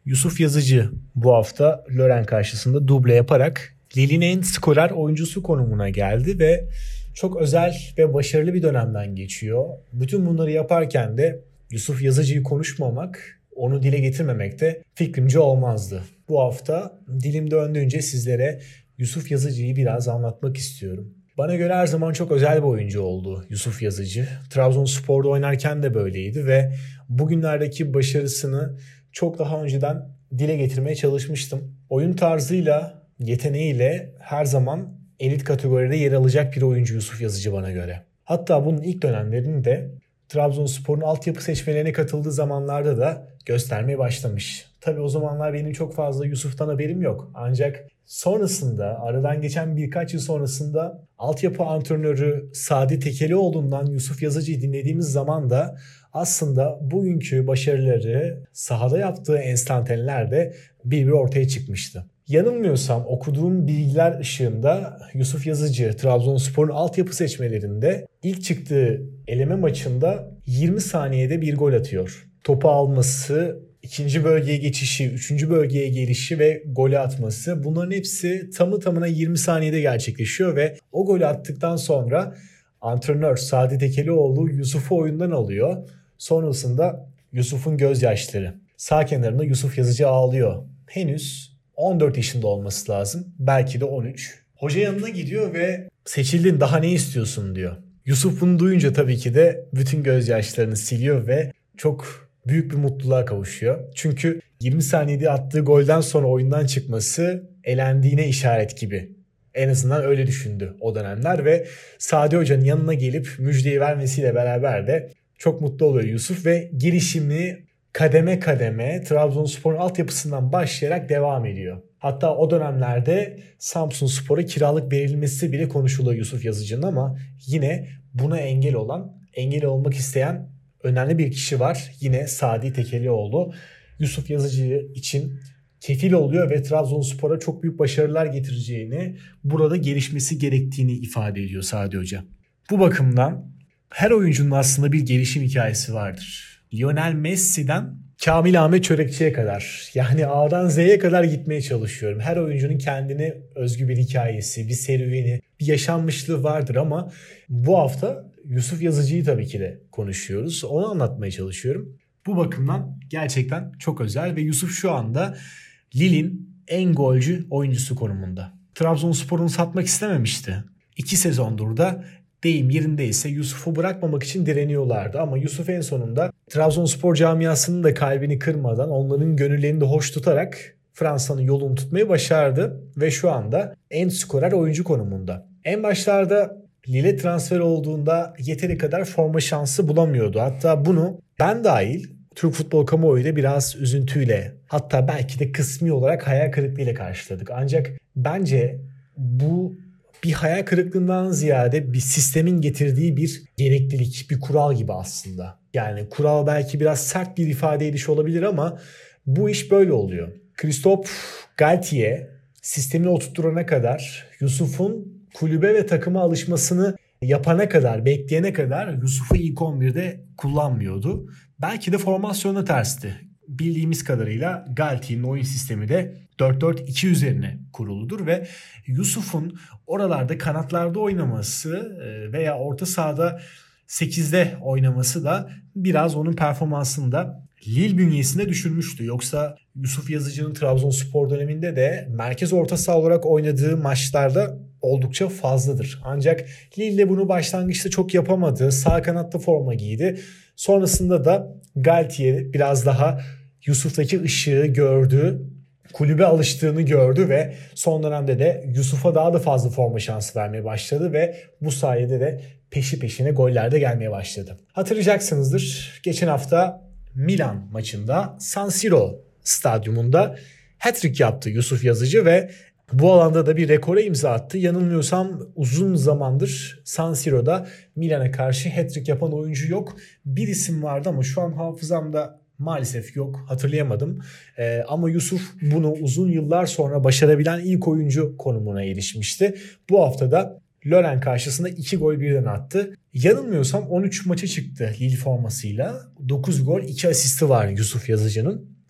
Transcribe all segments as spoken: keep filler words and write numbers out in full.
Yusuf Yazıcı bu hafta Lorient karşısında duble yaparak Lille'in en skorer oyuncusu konumuna geldi ve çok özel ve başarılı bir dönemden geçiyor. Bütün bunları yaparken de Yusuf Yazıcı'yı konuşmamak, onu dile getirmemek de fikrimce olmazdı. Bu hafta dilim döndüğünce sizlere Yusuf Yazıcı'yı biraz anlatmak istiyorum. Bana göre her zaman çok özel bir oyuncu oldu Yusuf Yazıcı. Trabzonspor'da oynarken de böyleydi ve bugünlerdeki başarısını çok daha önceden dile getirmeye çalışmıştım. Oyun tarzıyla, yeteneğiyle her zaman elit kategoride yer alacak bir oyuncu Yusuf Yazıcı bana göre. Hatta bunun ilk dönemlerinde Trabzonspor'un altyapı seçmelerine katıldığı zamanlarda da göstermeye başlamış. Tabii o zamanlar benim çok fazla Yusuf'tan haberim yok. Ancak sonrasında, aradan geçen birkaç yıl sonrasında altyapı antrenörü Sadi Tekelioğlu'ndan Yusuf Yazıcı'yı dinlediğimiz zaman da aslında bugünkü başarıları sahada yaptığı enstantanelerde bir bir ortaya çıkmıştı. Yanılmıyorsam okuduğum bilgiler ışığında Yusuf Yazıcı Trabzonspor'un altyapı seçmelerinde ilk çıktığı eleme maçında yirmi saniyede bir gol atıyor. Topu alması, ikinci bölgeye geçişi, üçüncü bölgeye gelişi ve golü atması, bunların hepsi tamı tamına yirmi saniyede gerçekleşiyor ve o golü attıktan sonra antrenör Sadi Tekelioğlu Yusuf'u oyundan alıyor. Sonrasında Yusuf'un gözyaşları. Sağ kenarında Yusuf Yazıcı ağlıyor. Henüz on dört yaşında olması lazım. Belki de on üç. Hoca yanına gidiyor ve seçildin, daha ne istiyorsun diyor. Yusuf bunu duyunca tabii ki de bütün gözyaşlarını siliyor ve çok büyük bir mutluluğa kavuşuyor. Çünkü yirmi saniyede attığı golden sonra oyundan çıkması elendiğine işaret gibi. En azından öyle düşündü o dönemler ve Sadi Hoca'nın yanına gelip müjdeyi vermesiyle beraber de çok mutlu oluyor Yusuf ve girişimini kademe kademe Trabzonspor'un altyapısından başlayarak devam ediyor. Hatta o dönemlerde Samsunspor'a kiralık verilmesi bile konuşuluyor Yusuf Yazıcı'nın ama yine buna engel olan, engel olmak isteyen önemli bir kişi var. Yine Sadi Tekelioğlu Yusuf Yazıcı için kefil oluyor ve Trabzonspor'a çok büyük başarılar getireceğini, burada gelişmesi gerektiğini ifade ediyor Sadi Hoca. Bu bakımdan her oyuncunun aslında bir gelişim hikayesi vardır. Lionel Messi'den Kamil Ahmet Çörekçi'ye kadar, yani A'dan Z'ye kadar gitmeye çalışıyorum. Her oyuncunun kendine özgü bir hikayesi, bir serüveni, bir yaşanmışlığı vardır ama bu hafta Yusuf Yazıcı'yı tabii ki de konuşuyoruz. Onu anlatmaya çalışıyorum. Bu bakımdan gerçekten çok özel ve Yusuf şu anda Lille'in en golcü oyuncusu konumunda. Trabzonspor'un satmak istememişti. İki sezondur da deyim yerindeyse Yusuf'u bırakmamak için direniyorlardı. Ama Yusuf en sonunda Trabzonspor camiasının da kalbini kırmadan, onların gönüllerini de hoş tutarak Fransa'nın yolunu tutmayı başardı. Ve şu anda en skorer oyuncu konumunda. En başlarda Lille transfer olduğunda yeteri kadar forma şansı bulamıyordu. Hatta bunu ben dahil Türk futbol kamuoyu da biraz üzüntüyle, hatta belki de kısmi olarak hayal kırıklığıyla karşıladık. Ancak bence bu bir hayal kırıklığından ziyade bir sistemin getirdiği bir gereklilik, bir kural gibi aslında. Yani kural belki biraz sert bir ifade ediş olabilir ama bu iş böyle oluyor. Christophe Galtier sistemini oturtturana kadar, Yusuf'un kulübe ve takıma alışmasını yapana kadar, bekleyene kadar Yusuf'u ilk on birde kullanmıyordu. Belki de formasyona tersti. Bildiğimiz kadarıyla Galtier'in oyun sistemi de dört dört iki üzerine kuruludur ve Yusuf'un oralarda kanatlarda oynaması veya orta sahada sekizde oynaması da biraz onun performansını da Lille bünyesinde düşürmüştü. Yoksa Yusuf Yazıcı'nın Trabzonspor döneminde de merkez orta saha olarak oynadığı maçlarda oldukça fazladır. Ancak Lille bunu başlangıçta çok yapamadı. Sağ kanatta forma giydi. Sonrasında da Galtier biraz daha Yusuf'taki ışığı gördü. Kulübe alıştığını gördü ve son dönemde de Yusuf'a daha da fazla forma şansı vermeye başladı ve bu sayede de peşi peşine goller de gelmeye başladı. Hatırlayacaksınızdır, geçen hafta Milan maçında San Siro stadyumunda hat-trick yaptı Yusuf Yazıcı ve bu alanda da bir rekora imza attı. Yanılmıyorsam uzun zamandır San Siro'da Milan'a karşı hat-trick yapan oyuncu yok. Bir isim vardı ama şu an hafızamda maalesef yok, hatırlayamadım. Ee, ama Yusuf bunu uzun yıllar sonra başarabilen ilk oyuncu konumuna erişmişti. Bu hafta da Lorient karşısında iki gol birden attı. Yanılmıyorsam on üç maça çıktı Lille formasıyla. dokuz gol iki asisti var Yusuf Yazıcı'nın.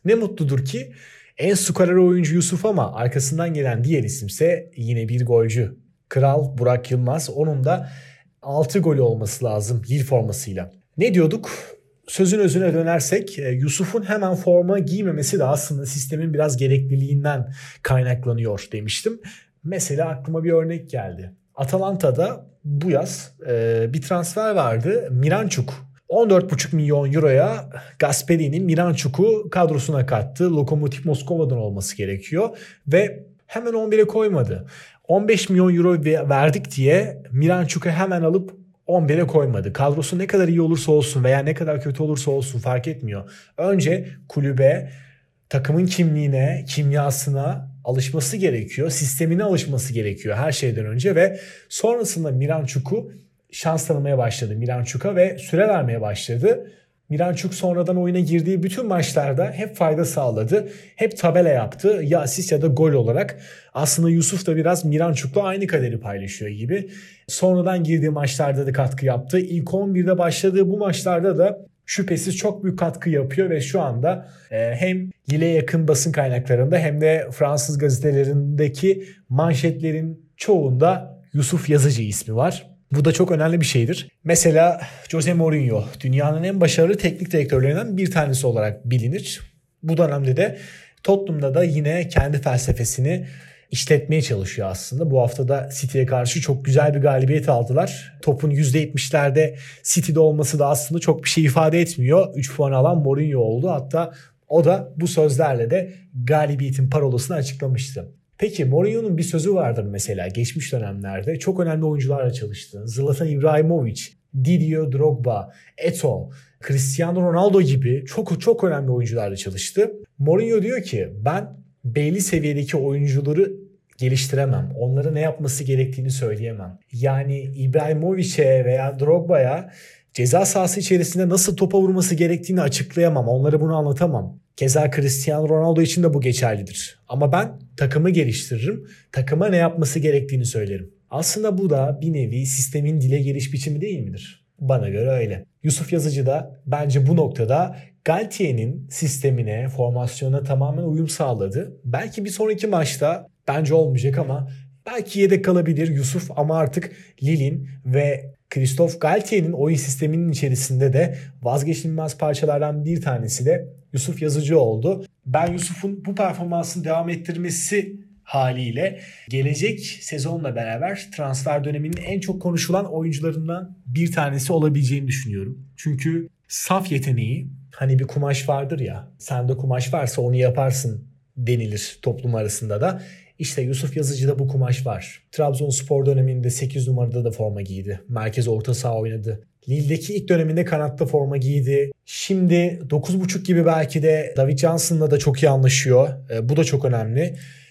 Ne mutludur ki en skorer oyuncu Yusuf ama arkasından gelen diğer isimse yine bir golcü. Kral Burak Yılmaz. Onun da altı golü olması lazım Lille formasıyla. Ne diyorduk? Sözün özüne dönersek Yusuf'un hemen forma giymemesi de aslında sistemin biraz gerekliliğinden kaynaklanıyor demiştim. Mesela aklıma bir örnek geldi. Atalanta'da bu yaz bir transfer vardı. Miranchuk. on dört buçuk milyon euroya Gasperini Miranchuk'u kadrosuna kattı. Lokomotiv Moskova'dan olması gerekiyor ve hemen on bire koymadı. on beş milyon euro verdik diye Miranchuk'u hemen alıp on bire koymadı. Kadrosu ne kadar iyi olursa olsun veya ne kadar kötü olursa olsun fark etmiyor. Önce kulübe, takımın kimliğine, kimyasına alışması gerekiyor. Sistemine alışması gerekiyor her şeyden önce ve sonrasında Miranchuk'u şans tanımaya başladı Miranchuk'a ve süre vermeye başladı. Miranchuk sonradan oyuna girdiği bütün maçlarda hep fayda sağladı. Hep tabela yaptı ya asist ya da gol olarak. Aslında Yusuf da biraz Miranchuk'la aynı kaderi paylaşıyor gibi. Sonradan girdiği maçlarda da katkı yaptı. İlk on birde başladığı bu maçlarda da şüphesiz çok büyük katkı yapıyor ve şu anda hem Lille'e yakın basın kaynaklarında hem de Fransız gazetelerindeki manşetlerin çoğunda Yusuf Yazıcı ismi var. Bu da çok önemli bir şeydir. Mesela Jose Mourinho dünyanın en başarılı teknik direktörlerinden bir tanesi olarak bilinir. Bu dönemde de Tottenham'da da yine kendi felsefesini işletmeye çalışıyor aslında. Bu hafta da City'ye karşı çok güzel bir galibiyet aldılar. Topun yüzde yetmişlerde City'de olması da aslında çok bir şey ifade etmiyor. üç puan alan Mourinho oldu. Hatta o da bu sözlerle de galibiyetin parolasını açıklamıştı. Peki Mourinho'nun bir sözü vardır mesela geçmiş dönemlerde. Çok önemli oyuncularla çalıştı. Zlatan İbrahimovic, Didier Drogba, Eto'o, Cristiano Ronaldo gibi çok çok önemli oyuncularla çalıştı. Mourinho diyor ki ben belli seviyedeki oyuncuları geliştiremem. Onlara ne yapması gerektiğini söyleyemem. Yani İbrahimovic'e veya Drogba'ya ceza sahası içerisinde nasıl topa vurması gerektiğini açıklayamam. Onlara bunu anlatamam. Keza Cristiano Ronaldo için de bu geçerlidir. Ama ben takımı geliştiririm. Takıma ne yapması gerektiğini söylerim. Aslında bu da bir nevi sistemin dile geliş biçimi değil midir? Bana göre öyle. Yusuf Yazıcı da bence bu noktada Galtier'in sistemine, formasyona tamamen uyum sağladı. Belki bir sonraki maçta bence olmayacak ama belki yedek kalabilir Yusuf ama artık Lille'in ve Christophe Galtier'in oyun sisteminin içerisinde de vazgeçilmez parçalardan bir tanesi de Yusuf Yazıcı oldu. Ben Yusuf'un bu performansını devam ettirmesi haliyle gelecek sezonla beraber transfer döneminin en çok konuşulan oyuncularından bir tanesi olabileceğini düşünüyorum. Çünkü saf yeteneği, hani bir kumaş vardır ya, sende kumaş varsa onu yaparsın denilir toplum arasında da. İşte Yusuf Yazıcı'da bu kumaş var. Trabzonspor döneminde sekiz numarada da forma giydi. Merkez orta saha oynadı. Lille'deki ilk döneminde kanatta forma giydi. Şimdi dokuz buçuk gibi belki de David Johnson'la da çok iyi anlaşıyor. E, bu da çok önemli.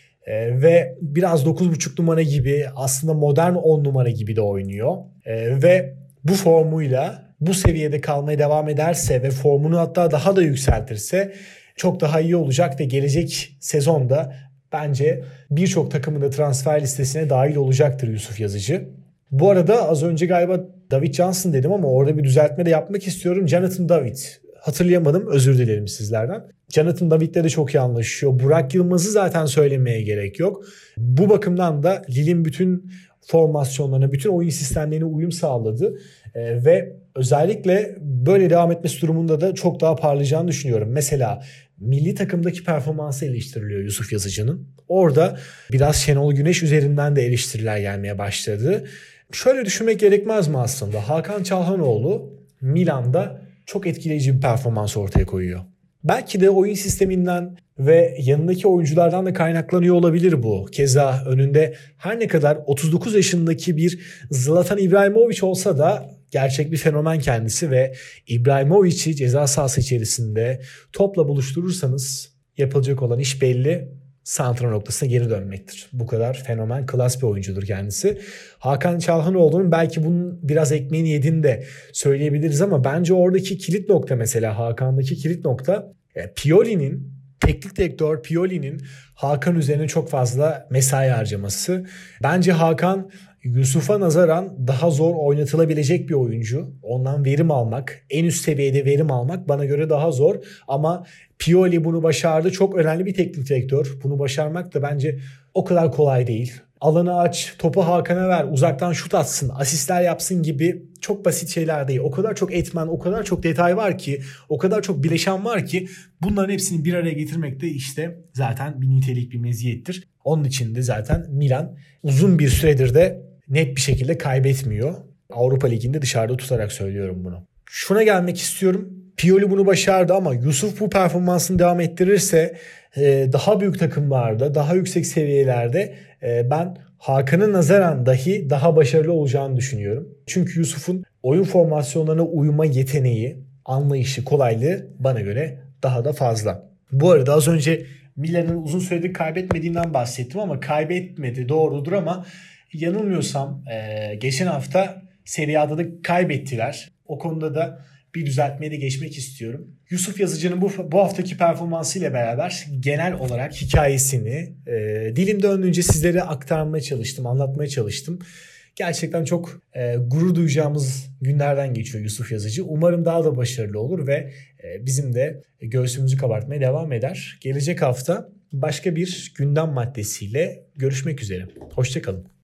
E, ve biraz dokuz buçuk numara gibi aslında modern on numara gibi de oynuyor. E, ve bu formuyla bu seviyede kalmaya devam ederse ve formunu hatta daha da yükseltirse çok daha iyi olacak ve gelecek sezonda bence birçok takımın da transfer listesine dahil olacaktır Yusuf Yazıcı. Bu arada az önce galiba David Johnson dedim ama orada bir düzeltme de yapmak istiyorum. Jonathan David. Hatırlayamadım. Özür dilerim sizlerden. Jonathan David'le de çok iyi anlaşıyor. Burak Yılmaz'ı zaten söylemeye gerek yok. Bu bakımdan da Lille'in bütün formasyonlarına, bütün oyun sistemlerine uyum sağladı. Ee, ve özellikle böyle devam etmesi durumunda da çok daha parlayacağını düşünüyorum. Mesela milli takımdaki performansı eleştiriliyor Yusuf Yazıcı'nın. Orada biraz Şenol Güneş üzerinden de eleştiriler gelmeye başladı. Şöyle düşünmek gerekmez mi aslında? Hakan Çalhanoğlu Milan'da çok etkileyici bir performans ortaya koyuyor. Belki de oyun sisteminden ve yanındaki oyunculardan da kaynaklanıyor olabilir bu. Keza önünde her ne kadar otuz dokuz yaşındaki bir Zlatan İbrahimovic olsa da gerçek bir fenomen kendisi ve İbrahimovic'i ceza sahası içerisinde topla buluşturursanız yapılacak olan iş belli. Santra noktasına geri dönmektir. Bu kadar fenomen, klas bir oyuncudur kendisi. Hakan Çalhanoğlu'nun belki bunun biraz ekmeğini yediğini de söyleyebiliriz ama bence oradaki kilit nokta mesela Hakan'daki kilit nokta Pioli'nin, teknik direktör Pioli'nin Hakan üzerine çok fazla mesai harcaması. Bence Hakan Yusuf'a nazaran daha zor oynatılabilecek bir oyuncu. Ondan verim almak, en üst seviyede verim almak bana göre daha zor. Ama Pioli bunu başardı. Çok önemli bir teknik direktör. Bunu başarmak da bence o kadar kolay değil. Alanı aç, topu Hakan'a ver, uzaktan şut atsın, asistler yapsın gibi çok basit şeyler değil. O kadar çok etmen, o kadar çok detay var ki, o kadar çok bileşen var ki bunların hepsini bir araya getirmek de işte zaten bir nitelik, bir meziyettir. Onun için de zaten Milan uzun bir süredir de net bir şekilde kaybetmiyor. Avrupa Ligi'nde dışarıda tutarak söylüyorum bunu. Şuna gelmek istiyorum. Pioli bunu başardı ama Yusuf bu performansını devam ettirirse daha büyük takımlarda, daha yüksek seviyelerde ben Hakan'a nazaran dahi daha başarılı olacağını düşünüyorum. Çünkü Yusuf'un oyun formasyonlarına uyma yeteneği, anlayışı, kolaylığı bana göre daha da fazla. Bu arada az önce Milan'ın uzun süredir kaybetmediğinden bahsettim ama kaybetmedi, doğrudur, ama yanılmıyorsam geçen hafta Serie A'da da kaybettiler. O konuda da bir düzeltmeye de geçmek istiyorum. Yusuf Yazıcı'nın bu, bu haftaki performansıyla beraber genel olarak hikayesini e, dilim döndüğünce sizlere aktarmaya çalıştım, anlatmaya çalıştım. Gerçekten çok e, gurur duyacağımız günlerden geçiyor Yusuf Yazıcı. Umarım daha da başarılı olur ve e, bizim de göğsümüzü kabartmaya devam eder. Gelecek hafta başka bir gündem maddesiyle görüşmek üzere. Hoşça kalın.